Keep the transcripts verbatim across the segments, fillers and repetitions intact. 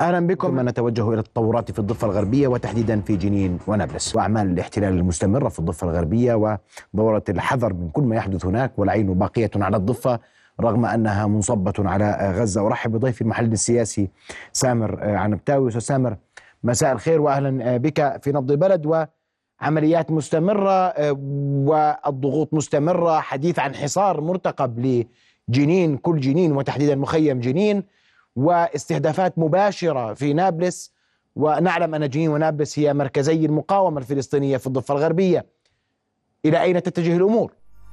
أهلا بكم. نتوجه إلى التطورات في الضفة الغربية وتحديدا في جنين ونابلس وأعمال الاحتلال المستمرة في الضفة الغربية ودورة الحذر من كل ما يحدث هناك، والعين باقية على الضفة رغم أنها منصبة على غزة. أرحب بضيفي المحلل السياسي سامر عنبتاوي. أستاذ سامر، مساء الخير وأهلا بك في نبض البلد. وعمليات مستمرة والضغوط مستمرة، حديث عن حصار مرتقب لجنين، كل جنين وتحديدا مخيم جنين، واستهدافات مباشرة في نابلس. ونعلم أن جنين ونابلس هي مركزي المقاومة الفلسطينية في الضفة الغربية. إلى أين تتجه الأمور؟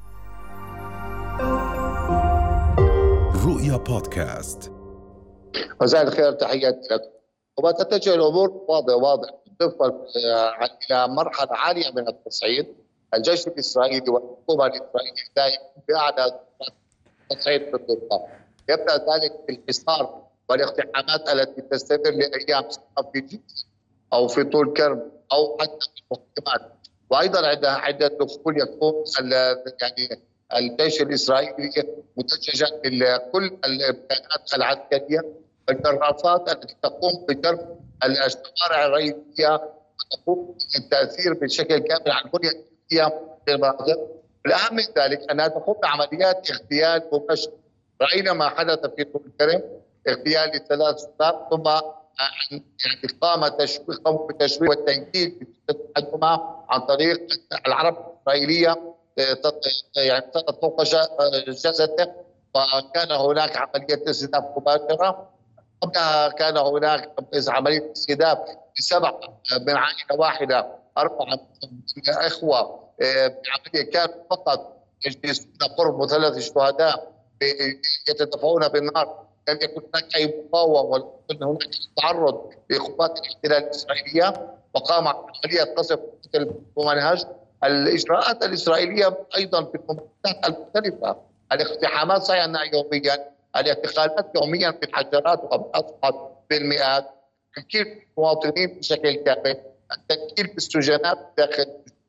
رؤيا بودكاست. مساء الخير، تحياتي لكم. وما تتجه الأمور واضح واضح الضفة إلى مرحلة عالية من التصعيد. الجيش الإسرائيلي والحكومة الإسرائيلية دائما بأعلى تصعيد في الضفة. يبدأ ذلك بالحصار والاقتحامات التي تستمر لأيام في جيزة أو في طول كرم أو حتى في المحكمات. وأيضا عند عند الدخول يكون يعني الجيش الإسرائيلي متججا لكل الإمكانات العسكرية والجرافات التي تقوم بجرف الشوارع الرئيسية وتقوم بالتأثير بشكل كامل على البنية التحتية للمناطق. الأهم من ذلك أنها تقوم بعمليات اغتيال مباشر. رأينا ما حدث في طول كرم، اغتيال لثلاث شباب، ثم يعني قام تشويه قام بالتشويه والتنكيل بتقدمها عن طريق العرب الإسرائيلية يعني فوق جسده. وكان هناك عملية استهداف مباشرة. قبلها كان هناك عملية استهداف لسبع من عائلة واحدة، أربعة إخوة بعملية كانوا فقط يجلسون قرب مثلث الشهداء يتدفعون بالنار. لم يكن هناك أي مقاومة ولا هناك تعرض لقوات الاحتلال الإسرائيلية، وقام عملية قصف ومنهج. الإجراءات الإسرائيلية أيضا في المنطقات المختلفة، الاقتحامات صحيحة يوميا، الاعتقالات يوميا في الحجرات وأصبحت بالمئات، تنكيل المواطنين بشكل كامل، التنكيل بالسجنات داخل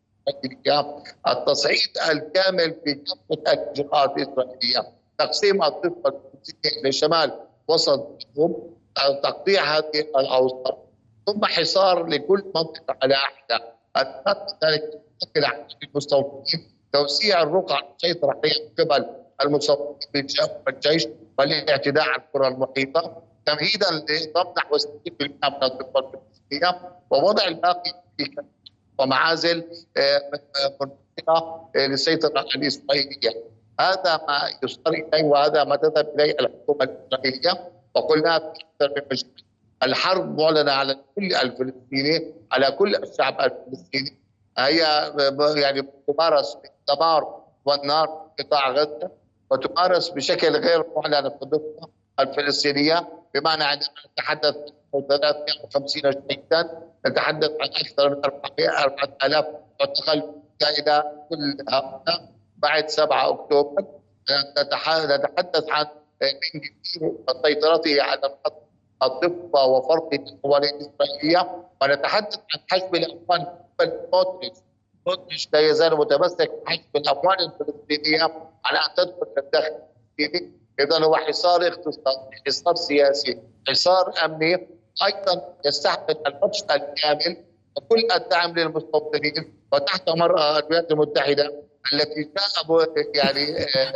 التصعيد الكامل في كافة الإجراءات الإسرائيلية، تقسيم الضفة الفلسطينية لشمال وسط جنوب، تقطيع هذه الأوساط، ثم حصار لكل منطقة على حدة. ذلك يشكل على المستوطنين توسيع الرقعة المسيطرة عليها من قبل المستوطنين بالجيش والاعتداء على القرى المحيطة، تمهيدا لضم نحو ستين بالمئة من الضفة الفلسطينية ووضع الباقي في ومعازل منطقة للسيطرة الإسرائيلية. هذا ما يصار إليه وهذا ما تذهب إليه الحكومة الإسرائيلية. وقلنا في أكثر من مجلس الحرب معلنة على كل الفلسطيني، على كل الشعب الفلسطيني. هي يعني تمارس بالدمار والنار في قطاع غزة، وتمارس بشكل غير معلن في الضفة الفلسطينية. بمعنى عندما نتحدث عن ثلاثمئة وخمسين شهيدا، نتحدث عن أكثر من أربعة آلاف معتقل إلى كل هؤلاء بعد سبعة أكتوبر. نتحدث عن سيطرته على الضفة وفرض القوانين الإسرائيلية، ونتحدث عن حجم الأموال الموترس. الموترس لا يزال متمسك بحجم الأموال الفلسطينية على أن تدخل الداخل الفلسطيني. إذن هو حصار اقتصادي، حصار سياسي، حصار أمني، أيضا يستحمل البطش الكامل وكل الدعم للمستوطنين. وتحت مرأى الولايات المتحدة التي جاء يعني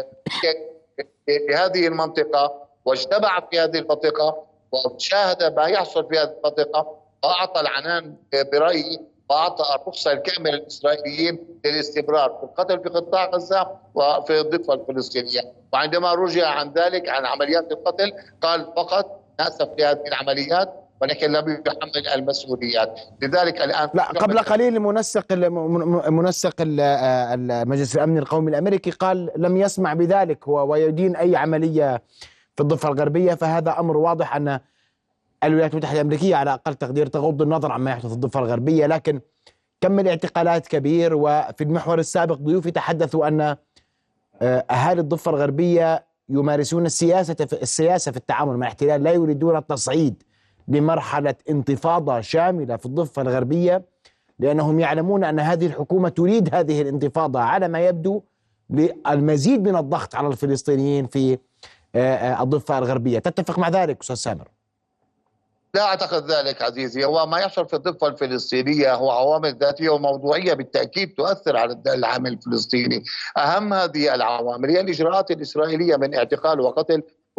لهذه المنطقة واجتمع في هذه المنطقة وشاهد ما يحصل في هذه المنطقة، وأعطى العنان برأيي وأعطى الرخصة الكاملة للإسرائيليين للاستمرار في القتل في قطاع غزة وفي الضفة الفلسطينية. وعندما رجع عن ذلك عن عمليات القتل قال فقط نأسف لهذه العمليات ولكن لم يحمل المسؤوليات. لذلك الآن لا، قبل قليل منسق منسق المجلس الأمني القومي الأمريكي قال لم يسمع بذلك هو ويدين أي عملية في الضفة الغربية. فهذا أمر واضح أن الولايات المتحدة الأمريكية على أقل تقدير تغض النظر عما يحدث في الضفة الغربية. لكن كم الاعتقالات كبير. وفي المحور السابق ضيوفي تحدثوا أن أهالي الضفة الغربية يمارسون السياسة في السياسة في التعامل مع الاحتلال، لا يريدون التصعيد لمرحلة انتفاضة شاملة في الضفة الغربية، لأنهم يعلمون أن هذه الحكومة تريد هذه الانتفاضة على ما يبدو للمزيد من الضغط على الفلسطينيين في الضفة الغربية. تتفق مع ذلك أستاذ سامر؟ لا أعتقد ذلك عزيزي. هو ما يحصل في الضفة الفلسطينية هو عوامل ذاتية وموضوعية بالتأكيد تؤثر على العامل الفلسطيني. أهم هذه العوامل هي الإجراءات الإسرائيلية من اعتقال وقتل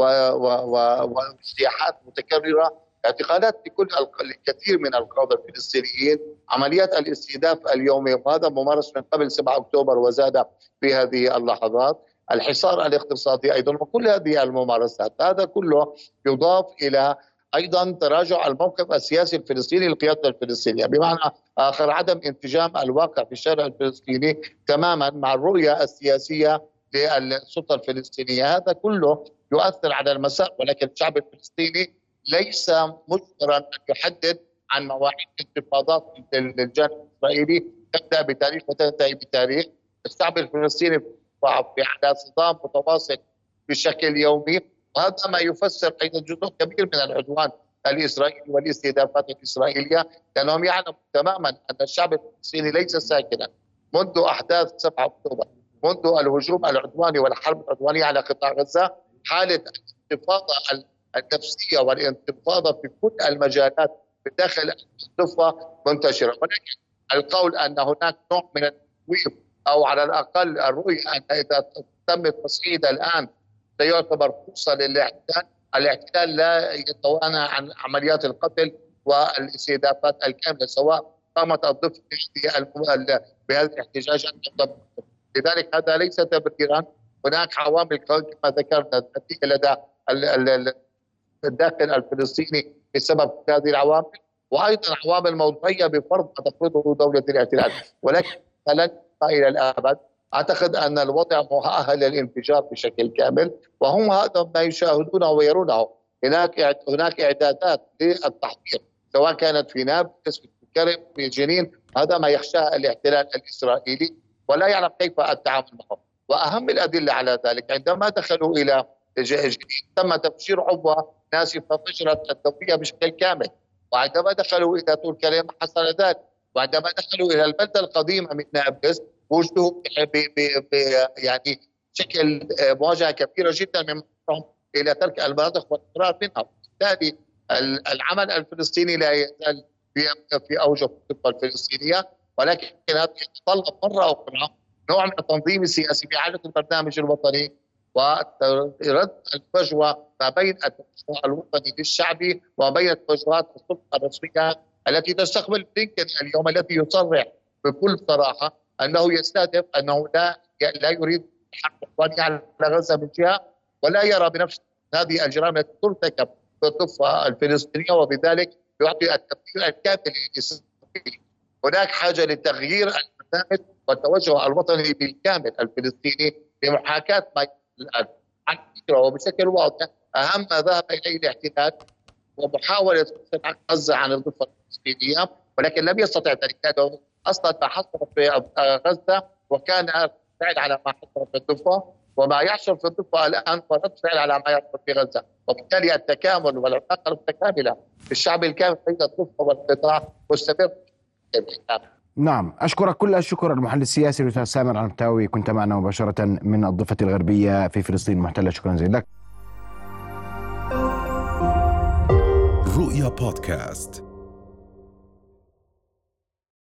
واجتياحات متكررة، اعتقالات لكل الكثير من القادة الفلسطينيين، عمليات الاستهداف اليومي، وهذا ممارس من قبل سبعة أكتوبر وزاد في هذه اللحظات، الحصار الاقتصادي أيضا، وكل هذه الممارسات. هذا كله يضاف إلى أيضا تراجع الموقف السياسي الفلسطيني للقيادة الفلسطينية، بمعنى آخر عدم انسجام الواقع في الشارع الفلسطيني تماما مع الرؤية السياسية للسلطة الفلسطينية. هذا كله يؤثر على المسار، ولكن الشعب الفلسطيني ليس مجبرا أن يحدد عن مواعيد انتفاضات للجانب الإسرائيلي تبدأ بتاريخ وتنتهي بتاريخ. الشعب الفلسطيني على صدام متواصل بشكل يومي، وهذا ما يفسر أيضا جزء كبير من العدوان الإسرائيلي والاستهدافات الإسرائيلية، لأنهم يعلمون تماما أن الشعب الفلسطيني ليس ساكنا منذ أحداث سبعة أكتوبر، منذ الهجوم العدواني والحرب العدوانية على قطاع غزة. حالة الانتفاضة النفسية والانتفاضة في كل المجالات بداخل الضفة منتشرة، ولكن القول أن هناك نوع من التسويف أو على الأقل الرؤية أن إذا تم التصعيد الآن سيعتبر فرصة للاحتلال، الاحتلال لا يتوانى عن عمليات القتل والاستهدافات الكاملة سواء قامت الضفة بهذه الاحتجاجات. لذلك هذا ليس تبريرا. هناك عوامل كما ذكرنا نتيجة لدى الداخل الفلسطيني بسبب هذه العوامل، وأيضا عوامل موضوعية بفرض ما تفرضه دولة الاحتلال، ولكن لن إلى الأبد. أعتقد أن الوضع مؤهل للانفجار بشكل كامل، وهم هذا ما يشاهدونه ويرونه. هناك هناك إعدادات للتحضير سواء كانت في نابلس في كرم في جنين، هذا ما يخشاه الاحتلال الإسرائيلي ولا يعلم كيف التعامل معه. وأهم الأدلة على ذلك عندما دخلوا إلى جنين تم تفجير عبوة ناسفة فجرت الدوية بشكل كامل، وعندما دخلوا إلى طول كرم حصل ذلك، وعندما دخلوا إلى البلدة القديمة من نابلس وجدوا يعني شكل مواجهة كبيرة جدا من إلى ترك المناطق والفرار منها. بالتالي العمل الفلسطيني لا يزال في أوج الخطة الفلسطينية، ولكن يتطلب مرة أخرى نوع من التنظيم السياسي بإعادة البرنامج الوطني ورد الفجوة ما بين التوجه الوطني للشعبي وما بين توجهات السلطة الرسمية التي تستقبل بلينكن اليوم، الذي يصرح بكل صراحة أنه يستهدف أنه لا لا يريد حق عدواني على غزة من جهة، ولا يرى بنفس هذه الجرائم التي ترتكب في الضفة الفلسطينية، وبذلك يعطي التفكير الكامل للإسرائيل. هناك حاجة لتغيير البرنامج والتوجه الوطني بالكامل الفلسطيني لمحاكاة ما الآن عن فكرة وبشكل واضح أهم ما ذهب إليه الاحتلال ومحاولة غزة عن الضفة الفلسطينية، ولكن لم يستطع ذلك لأنه أصلا ما حصل في غزة وكان فعل على ما حصل في الضفة، وما يحصل في الضفة الآن هو رد فعل على ما يحصل في غزة، وبالتالي التكامل والعلاقة المتكاملة في الشعب الكامل بين الضفة والقطاع مستمر. نعم، أشكرك كل الشكر المحلل السياسي الأستاذ سامر عنتاوي، كنت معنا مباشرة من الضفة الغربية في فلسطين المحتلة. شكرا جزيلا لك. رؤيا بودكاست.